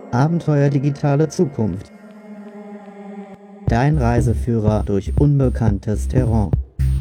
Abenteuer digitale Zukunft. Dein Reiseführer durch unbekanntes Terrain.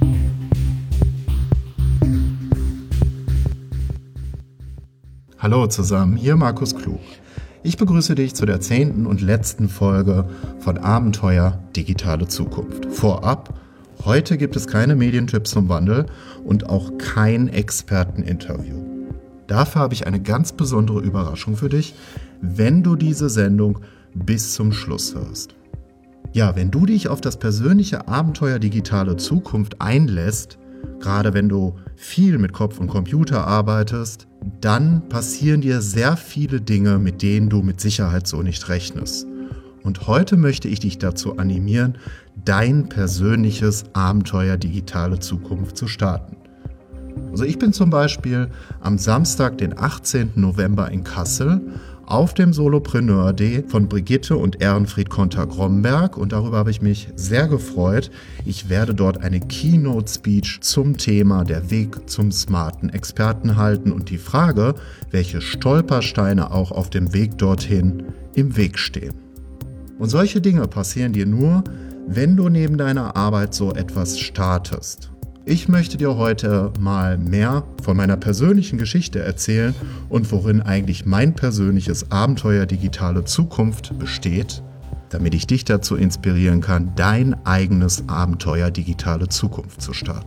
Hallo zusammen, hier Markus Klug. Ich begrüße dich zu der 10. und letzten Folge von Abenteuer digitale Zukunft. Vorab, heute gibt es keine Medientipps zum Wandel und auch kein Experteninterview. Dafür habe ich eine ganz besondere Überraschung für dich, wenn du diese Sendung bis zum Schluss hörst. Ja, wenn du dich auf das persönliche Abenteuer digitale Zukunft einlässt, gerade wenn du viel mit Kopf und Computer arbeitest, dann passieren dir sehr viele Dinge, mit denen du mit Sicherheit so nicht rechnest. Und heute möchte ich dich dazu animieren, dein persönliches Abenteuer digitale Zukunft zu starten. Also ich bin zum Beispiel am Samstag, den 18. November in Kassel auf dem Solopreneur Day von Brigitte und Ehrenfried Konter-Gromberg und darüber habe ich mich sehr gefreut. Ich werde dort eine Keynote-Speech zum Thema der Weg zum smarten Experten halten und die Frage, welche Stolpersteine auch auf dem Weg dorthin im Weg stehen. Und solche Dinge passieren dir nur, wenn du neben deiner Arbeit so etwas startest. Ich möchte dir heute mal mehr von meiner persönlichen Geschichte erzählen und worin eigentlich mein persönliches Abenteuer digitale Zukunft besteht, damit ich dich dazu inspirieren kann, dein eigenes Abenteuer digitale Zukunft zu starten.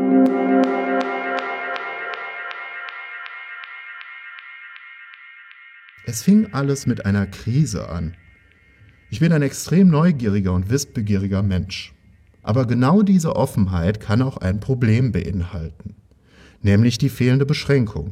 Es fing alles mit einer Krise an. Ich bin ein extrem neugieriger und wissbegieriger Mensch. Aber genau diese Offenheit kann auch ein Problem beinhalten, nämlich die fehlende Beschränkung.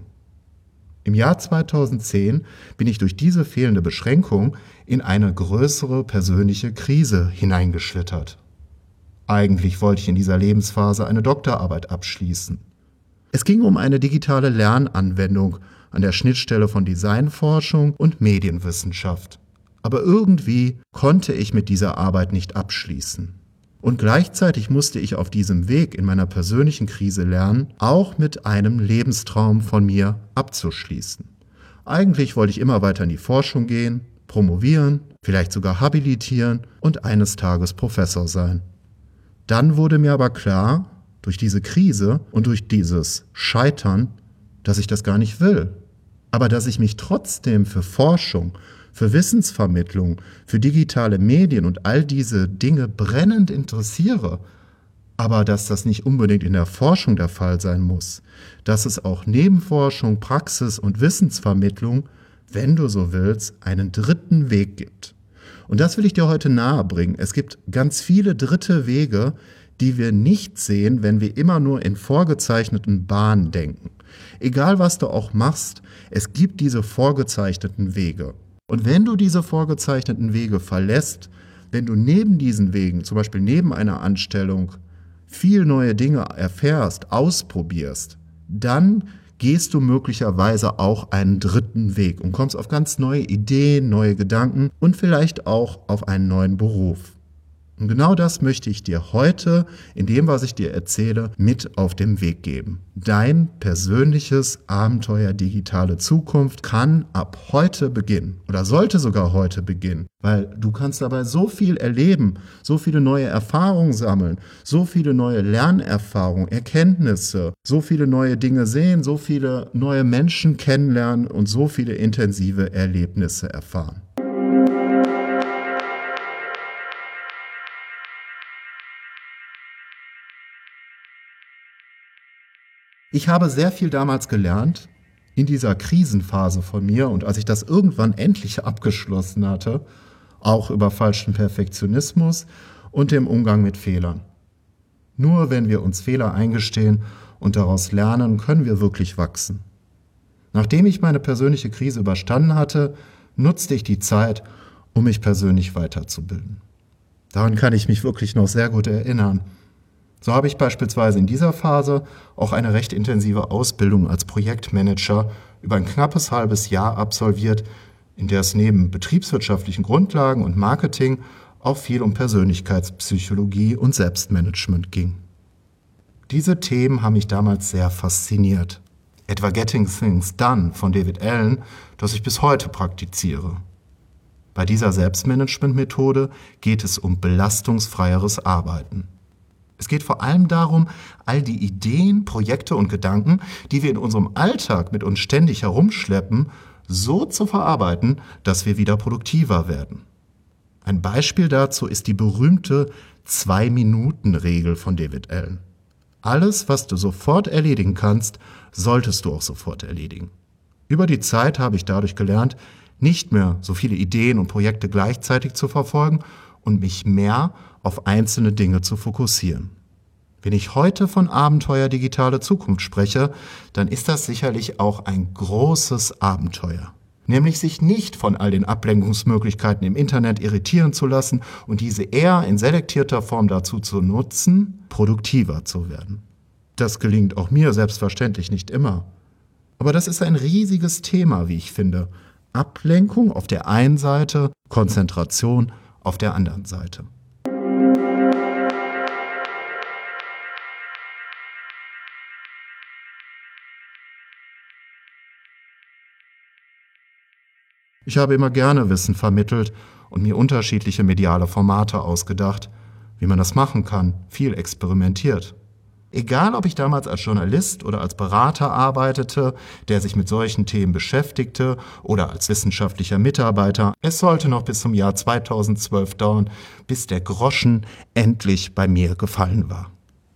Im Jahr 2010 bin ich durch diese fehlende Beschränkung in eine größere persönliche Krise hineingeschlittert. Eigentlich wollte ich in dieser Lebensphase eine Doktorarbeit abschließen. Es ging um eine digitale Lernanwendung an der Schnittstelle von Designforschung und Medienwissenschaft. Aber irgendwie konnte ich mit dieser Arbeit nicht abschließen. Und gleichzeitig musste ich auf diesem Weg in meiner persönlichen Krise lernen, auch mit einem Lebenstraum von mir abzuschließen. Eigentlich wollte ich immer weiter in die Forschung gehen, promovieren, vielleicht sogar habilitieren und eines Tages Professor sein. Dann wurde mir aber klar, durch diese Krise und durch dieses Scheitern, dass ich das gar nicht will. Aber dass ich mich trotzdem für Forschung, für Wissensvermittlung, für digitale Medien und all diese Dinge brennend interessiere, aber dass das nicht unbedingt in der Forschung der Fall sein muss, dass es auch neben Forschung, Praxis und Wissensvermittlung, wenn du so willst, einen dritten Weg gibt. Und das will ich dir heute nahebringen. Es gibt ganz viele dritte Wege, die wir nicht sehen, wenn wir immer nur in vorgezeichneten Bahnen denken. Egal was du auch machst, es gibt diese vorgezeichneten Wege. Und wenn du diese vorgezeichneten Wege verlässt, wenn du neben diesen Wegen, zum Beispiel neben einer Anstellung, viel neue Dinge erfährst, ausprobierst, dann gehst du möglicherweise auch einen dritten Weg und kommst auf ganz neue Ideen, neue Gedanken und vielleicht auch auf einen neuen Beruf. Und genau das möchte ich dir heute, in dem, was ich dir erzähle, mit auf den Weg geben. Dein persönliches Abenteuer digitale Zukunft kann ab heute beginnen oder sollte sogar heute beginnen, weil du kannst dabei so viel erleben, so viele neue Erfahrungen sammeln, so viele neue Lernerfahrungen, Erkenntnisse, so viele neue Dinge sehen, so viele neue Menschen kennenlernen und so viele intensive Erlebnisse erfahren. Ich habe sehr viel damals gelernt in dieser Krisenphase von mir und als ich das irgendwann endlich abgeschlossen hatte, auch über falschen Perfektionismus und dem Umgang mit Fehlern. Nur wenn wir uns Fehler eingestehen und daraus lernen, können wir wirklich wachsen. Nachdem ich meine persönliche Krise überstanden hatte, nutzte ich die Zeit, um mich persönlich weiterzubilden. Daran kann ich mich wirklich noch sehr gut erinnern. So habe ich beispielsweise in dieser Phase auch eine recht intensive Ausbildung als Projektmanager über ein knappes halbes Jahr absolviert, in der es neben betriebswirtschaftlichen Grundlagen und Marketing auch viel um Persönlichkeitspsychologie und Selbstmanagement ging. Diese Themen haben mich damals sehr fasziniert. Etwa Getting Things Done von David Allen, das ich bis heute praktiziere. Bei dieser Selbstmanagement-Methode geht es um belastungsfreieres Arbeiten. Es geht vor allem darum, all die Ideen, Projekte und Gedanken, die wir in unserem Alltag mit uns ständig herumschleppen, so zu verarbeiten, dass wir wieder produktiver werden. Ein Beispiel dazu ist die berühmte 2-Minuten-Regel von David Allen. Alles, was du sofort erledigen kannst, solltest du auch sofort erledigen. Über die Zeit habe ich dadurch gelernt, nicht mehr so viele Ideen und Projekte gleichzeitig zu verfolgen und mich mehr auf einzelne Dinge zu fokussieren. Wenn ich heute von Abenteuer digitale Zukunft spreche, dann ist das sicherlich auch ein großes Abenteuer. Nämlich sich nicht von all den Ablenkungsmöglichkeiten im Internet irritieren zu lassen und diese eher in selektierter Form dazu zu nutzen, produktiver zu werden. Das gelingt auch mir selbstverständlich nicht immer. Aber das ist ein riesiges Thema, wie ich finde. Ablenkung auf der einen Seite, Konzentration auf der anderen Seite. Ich habe immer gerne Wissen vermittelt und mir unterschiedliche mediale Formate ausgedacht, wie man das machen kann, viel experimentiert. Egal, ob ich damals als Journalist oder als Berater arbeitete, der sich mit solchen Themen beschäftigte oder als wissenschaftlicher Mitarbeiter, es sollte noch bis zum Jahr 2012 dauern, bis der Groschen endlich bei mir gefallen war.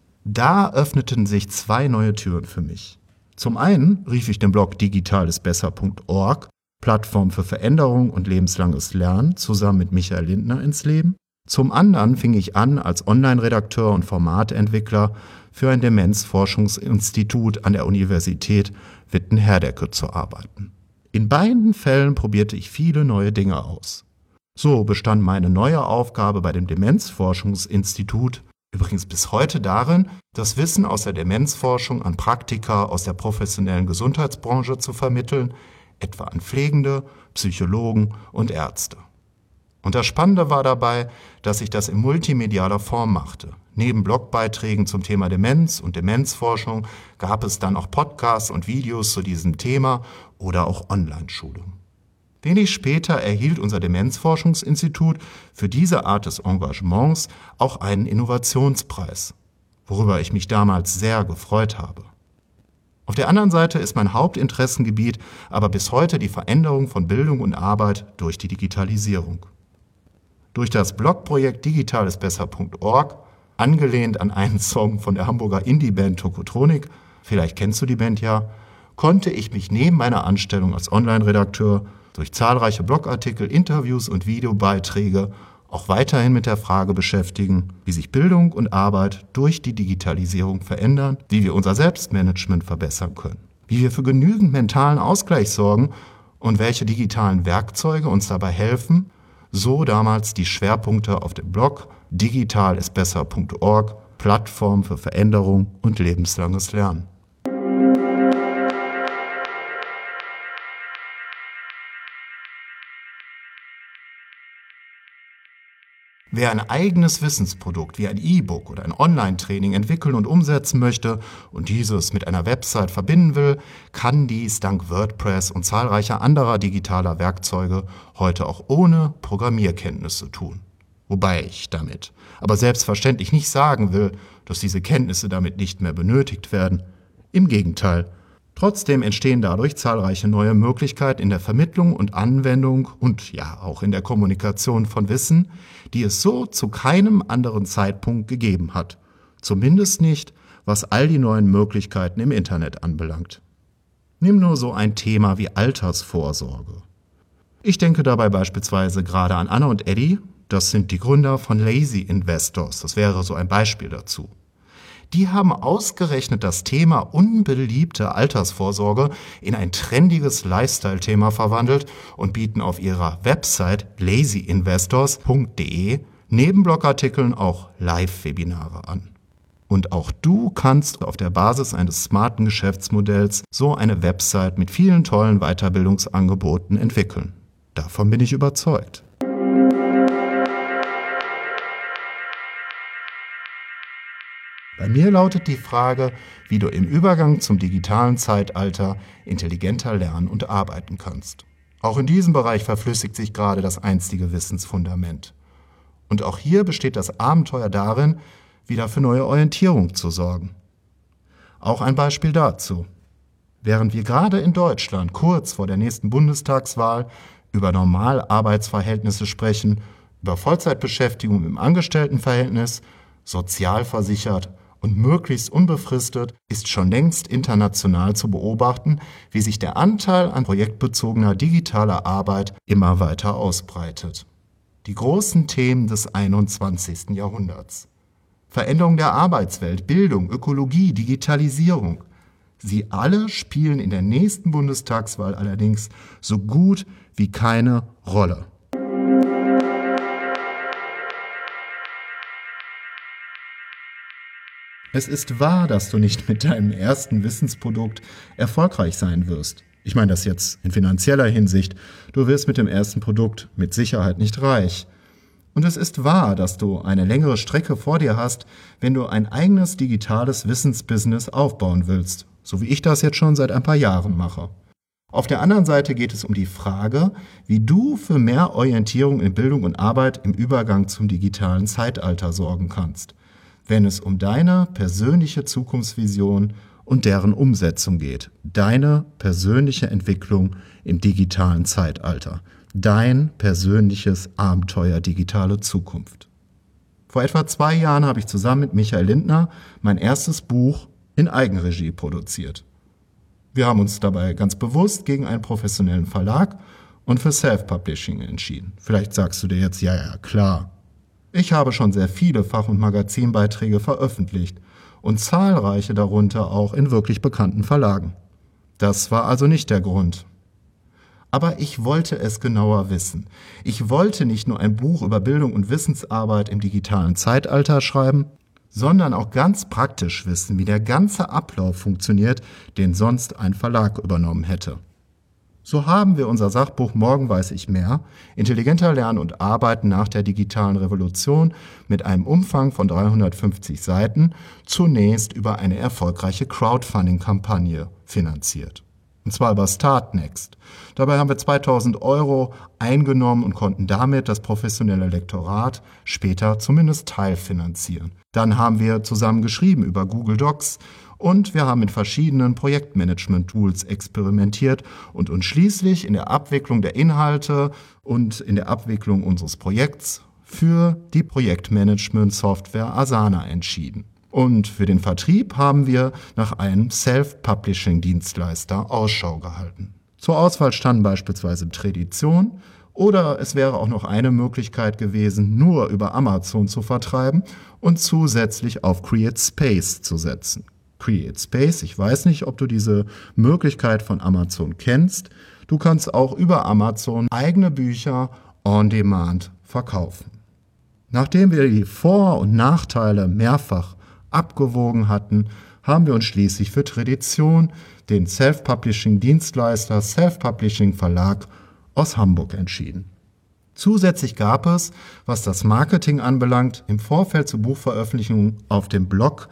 Da öffneten sich 2 neue Türen für mich. Zum einen rief ich den Blog digitalistbesser.org, Plattform für Veränderung und lebenslanges Lernen, zusammen mit Michael Lindner ins Leben. Zum anderen fing ich an, als Online-Redakteur und Formatentwickler für ein Demenzforschungsinstitut an der Universität Witten-Herdecke zu arbeiten. In beiden Fällen probierte ich viele neue Dinge aus. So bestand meine neue Aufgabe bei dem Demenzforschungsinstitut übrigens bis heute darin, das Wissen aus der Demenzforschung an Praktika aus der professionellen Gesundheitsbranche zu vermitteln, etwa an Pflegende, Psychologen und Ärzte. Und das Spannende war dabei, dass ich das in multimedialer Form machte. Neben Blogbeiträgen zum Thema Demenz und Demenzforschung gab es dann auch Podcasts und Videos zu diesem Thema oder auch Online-Schulungen. Wenig später erhielt unser Demenzforschungsinstitut für diese Art des Engagements auch einen Innovationspreis, worüber ich mich damals sehr gefreut habe. Auf der anderen Seite ist mein Hauptinteressengebiet aber bis heute die Veränderung von Bildung und Arbeit durch die Digitalisierung. Durch das Blogprojekt digitalistbesser.org, angelehnt an einen Song von der Hamburger Indie-Band Tokotronik, vielleicht kennst du die Band ja, konnte ich mich neben meiner Anstellung als Online-Redakteur durch zahlreiche Blogartikel, Interviews und Videobeiträge auch weiterhin mit der Frage beschäftigen, wie sich Bildung und Arbeit durch die Digitalisierung verändern, wie wir unser Selbstmanagement verbessern können, wie wir für genügend mentalen Ausgleich sorgen und welche digitalen Werkzeuge uns dabei helfen, so damals die Schwerpunkte auf dem Blog digitalistbesser.org, Plattform für Veränderung und lebenslanges Lernen. Wer ein eigenes Wissensprodukt wie ein E-Book oder ein Online-Training entwickeln und umsetzen möchte und dieses mit einer Website verbinden will, kann dies dank WordPress und zahlreicher anderer digitaler Werkzeuge heute auch ohne Programmierkenntnisse tun. Wobei ich damit aber selbstverständlich nicht sagen will, dass diese Kenntnisse damit nicht mehr benötigt werden. Im Gegenteil. Trotzdem entstehen dadurch zahlreiche neue Möglichkeiten in der Vermittlung und Anwendung und ja auch in der Kommunikation von Wissen, die es so zu keinem anderen Zeitpunkt gegeben hat. Zumindest nicht, was all die neuen Möglichkeiten im Internet anbelangt. Nimm nur so ein Thema wie Altersvorsorge. Ich denke dabei beispielsweise gerade an Anna und Eddie, das sind die Gründer von Lazy Investors, das wäre so ein Beispiel dazu. Die haben ausgerechnet das Thema unbeliebte Altersvorsorge in ein trendiges Lifestyle-Thema verwandelt und bieten auf ihrer Website lazyinvestors.de neben Blogartikeln auch Live-Webinare an. Und auch du kannst auf der Basis eines smarten Geschäftsmodells so eine Website mit vielen tollen Weiterbildungsangeboten entwickeln. Davon bin ich überzeugt. Bei mir lautet die Frage, wie du im Übergang zum digitalen Zeitalter intelligenter lernen und arbeiten kannst. Auch in diesem Bereich verflüssigt sich gerade das einstige Wissensfundament. Und auch hier besteht das Abenteuer darin, wieder für neue Orientierung zu sorgen. Auch ein Beispiel dazu. Während wir gerade in Deutschland kurz vor der nächsten Bundestagswahl über Normalarbeitsverhältnisse sprechen, über Vollzeitbeschäftigung im Angestelltenverhältnis, sozialversichert und möglichst unbefristet, ist schon längst international zu beobachten, wie sich der Anteil an projektbezogener digitaler Arbeit immer weiter ausbreitet. Die großen Themen des 21. Jahrhunderts. Veränderung der Arbeitswelt, Bildung, Ökologie, Digitalisierung. Sie alle spielen in der nächsten Bundestagswahl allerdings so gut wie keine Rolle. Es ist wahr, dass du nicht mit deinem ersten Wissensprodukt erfolgreich sein wirst. Ich meine das jetzt in finanzieller Hinsicht. Du wirst mit dem ersten Produkt mit Sicherheit nicht reich. Und es ist wahr, dass du eine längere Strecke vor dir hast, wenn du ein eigenes digitales Wissensbusiness aufbauen willst, so wie ich das jetzt schon seit ein paar Jahren mache. Auf der anderen Seite geht es um die Frage, wie du für mehr Orientierung in Bildung und Arbeit im Übergang zum digitalen Zeitalter sorgen kannst, wenn es um deine persönliche Zukunftsvision und deren Umsetzung geht. Deine persönliche Entwicklung im digitalen Zeitalter. Dein persönliches Abenteuer digitale Zukunft. Vor etwa 2 Jahren habe ich zusammen mit Michael Lindner mein erstes Buch in Eigenregie produziert. Wir haben uns dabei ganz bewusst gegen einen professionellen Verlag und für Self-Publishing entschieden. Vielleicht sagst du dir jetzt, ja, klar. Ich habe schon sehr viele Fach- und Magazinbeiträge veröffentlicht und zahlreiche darunter auch in wirklich bekannten Verlagen. Das war also nicht der Grund. Aber ich wollte es genauer wissen. Ich wollte nicht nur ein Buch über Bildung und Wissensarbeit im digitalen Zeitalter schreiben, sondern auch ganz praktisch wissen, wie der ganze Ablauf funktioniert, den sonst ein Verlag übernommen hätte. So haben wir unser Sachbuch Morgen weiß ich mehr, intelligenter Lernen und Arbeiten nach der digitalen Revolution mit einem Umfang von 350 Seiten zunächst über eine erfolgreiche Crowdfunding-Kampagne finanziert. Und zwar über Startnext. Dabei haben wir 2.000 € eingenommen und konnten damit das professionelle Lektorat später zumindest teilfinanzieren. Dann haben wir zusammen geschrieben über Google Docs und wir haben mit verschiedenen Projektmanagement-Tools experimentiert und uns schließlich in der Abwicklung der Inhalte und in der Abwicklung unseres Projekts für die Projektmanagement-Software Asana entschieden. Und für den Vertrieb haben wir nach einem Self-Publishing-Dienstleister Ausschau gehalten. Zur Auswahl standen beispielsweise Tradition oder es wäre auch noch eine Möglichkeit gewesen, nur über Amazon zu vertreiben und zusätzlich auf CreateSpace zu setzen. CreateSpace, ich weiß nicht, ob du diese Möglichkeit von Amazon kennst. Du kannst auch über Amazon eigene Bücher on demand verkaufen. Nachdem wir die Vor- und Nachteile mehrfach abgewogen hatten, haben wir uns schließlich für Tradition, den Self-Publishing-Dienstleister Self-Publishing-Verlag aus Hamburg entschieden. Zusätzlich gab es, was das Marketing anbelangt, im Vorfeld zur Buchveröffentlichung auf dem Blog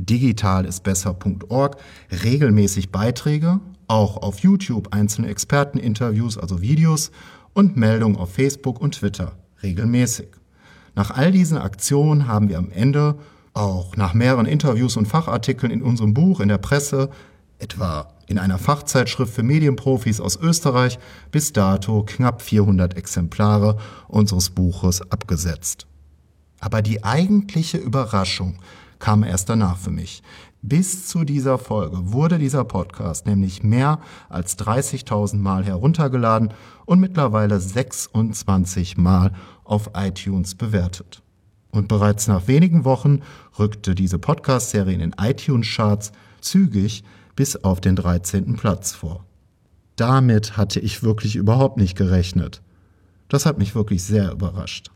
digitalisbesser.org regelmäßig Beiträge, auch auf YouTube einzelne Experteninterviews, also Videos und Meldungen auf Facebook und Twitter, regelmäßig. Nach all diesen Aktionen haben wir am Ende auch nach mehreren Interviews und Fachartikeln in unserem Buch, in der Presse, etwa in einer Fachzeitschrift für Medienprofis aus Österreich, bis dato knapp 400 Exemplare unseres Buches abgesetzt. Aber die eigentliche Überraschung kam erst danach für mich. Bis zu dieser Folge wurde dieser Podcast nämlich mehr als 30.000 Mal heruntergeladen und mittlerweile 26 Mal auf iTunes bewertet. Und bereits nach wenigen Wochen rückte diese Podcast-Serie in den iTunes-Charts zügig bis auf den 13. Platz vor. Damit hatte ich wirklich überhaupt nicht gerechnet. Das hat mich wirklich sehr überrascht.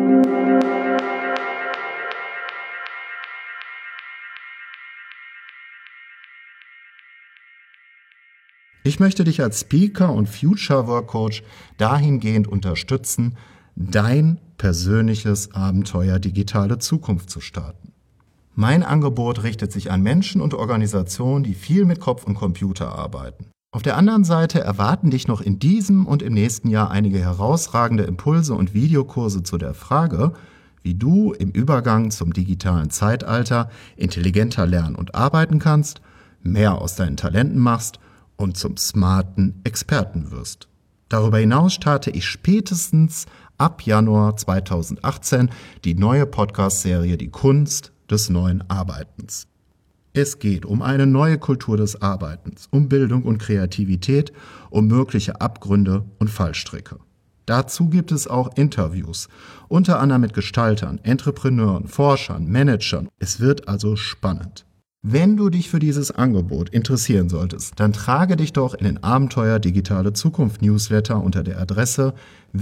Ich möchte dich als Speaker und Future Work Coach dahingehend unterstützen, dein persönliches Abenteuer digitale Zukunft zu starten. Mein Angebot richtet sich an Menschen und Organisationen, die viel mit Kopf und Computer arbeiten. Auf der anderen Seite erwarten dich noch in diesem und im nächsten Jahr einige herausragende Impulse und Videokurse zu der Frage, wie du im Übergang zum digitalen Zeitalter intelligenter lernen und arbeiten kannst, mehr aus deinen Talenten machst und zum smarten Experten wirst. Darüber hinaus starte ich spätestens ab Januar 2018 die neue Podcast-Serie Die Kunst des neuen Arbeitens. Es geht um eine neue Kultur des Arbeitens, um Bildung und Kreativität, um mögliche Abgründe und Fallstricke. Dazu gibt es auch Interviews, unter anderem mit Gestaltern, Entrepreneuren, Forschern, Managern. Es wird also spannend. Wenn du dich für dieses Angebot interessieren solltest, dann trage dich doch in den Abenteuer Digitale Zukunft Newsletter unter der Adresse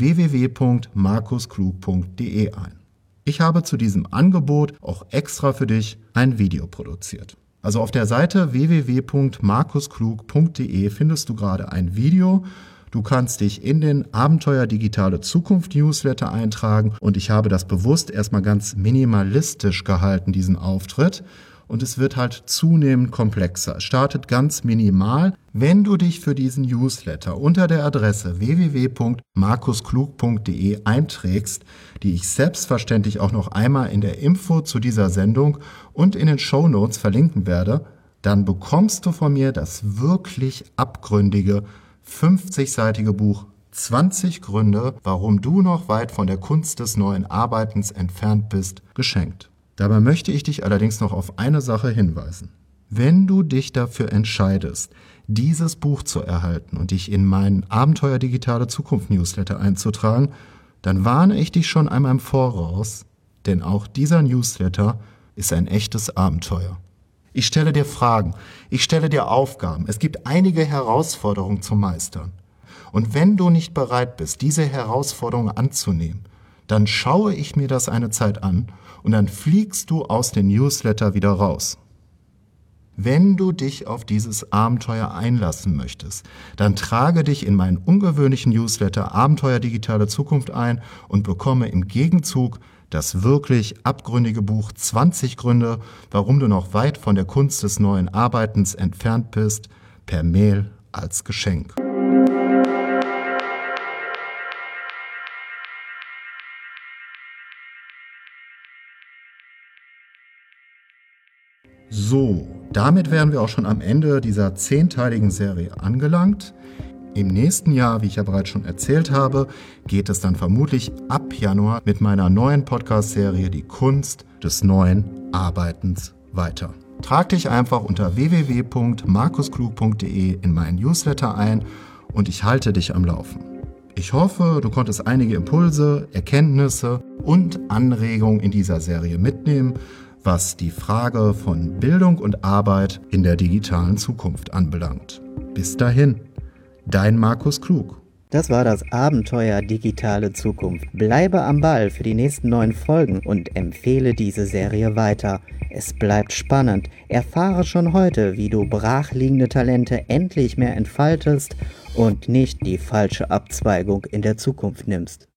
www.markusklug.de ein. Ich habe zu diesem Angebot auch extra für dich ein Video produziert. Also auf der Seite www.markusklug.de findest du gerade ein Video. Du kannst dich in den Abenteuer Digitale Zukunft Newsletter eintragen und ich habe das bewusst erstmal ganz minimalistisch gehalten, diesen Auftritt. Und es wird halt zunehmend komplexer. Es startet ganz minimal. Wenn du dich für diesen Newsletter unter der Adresse www.markusklug.de einträgst, die ich selbstverständlich auch noch einmal in der Info zu dieser Sendung und in den Shownotes verlinken werde, dann bekommst du von mir das wirklich abgründige 50-seitige Buch 20 Gründe, warum du noch weit von der Kunst des neuen Arbeitens entfernt bist, geschenkt. Dabei möchte ich dich allerdings noch auf eine Sache hinweisen. Wenn du dich dafür entscheidest, dieses Buch zu erhalten und dich in meinen Abenteuer Digitale Zukunft Newsletter einzutragen, dann warne ich dich schon einmal im Voraus, denn auch dieser Newsletter ist ein echtes Abenteuer. Ich stelle dir Fragen, ich stelle dir Aufgaben, es gibt einige Herausforderungen zu meistern. Und wenn du nicht bereit bist, diese Herausforderungen anzunehmen, dann schaue ich mir das eine Zeit an und dann fliegst du aus dem Newsletter wieder raus. Wenn du dich auf dieses Abenteuer einlassen möchtest, dann trage dich in meinen ungewöhnlichen Newsletter Abenteuer Digitale Zukunft ein und bekomme im Gegenzug das wirklich abgründige Buch 20 Gründe, warum du noch weit von der Kunst des neuen Arbeitens entfernt bist, per Mail als Geschenk. So, damit wären wir auch schon am Ende dieser 10-teiligen Serie angelangt. Im nächsten Jahr, wie ich ja bereits schon erzählt habe, geht es dann vermutlich ab Januar mit meiner neuen Podcast-Serie Die Kunst des neuen Arbeitens weiter. Trag dich einfach unter www.markusklug.de in meinen Newsletter ein und ich halte dich am Laufen. Ich hoffe, du konntest einige Impulse, Erkenntnisse und Anregungen in dieser Serie mitnehmen, was die Frage von Bildung und Arbeit in der digitalen Zukunft anbelangt. Bis dahin, dein Markus Klug. Das war das Abenteuer Digitale Zukunft. Bleibe am Ball für die nächsten 9 Folgen und empfehle diese Serie weiter. Es bleibt spannend. Erfahre schon heute, wie du brachliegende Talente endlich mehr entfaltest und nicht die falsche Abzweigung in der Zukunft nimmst.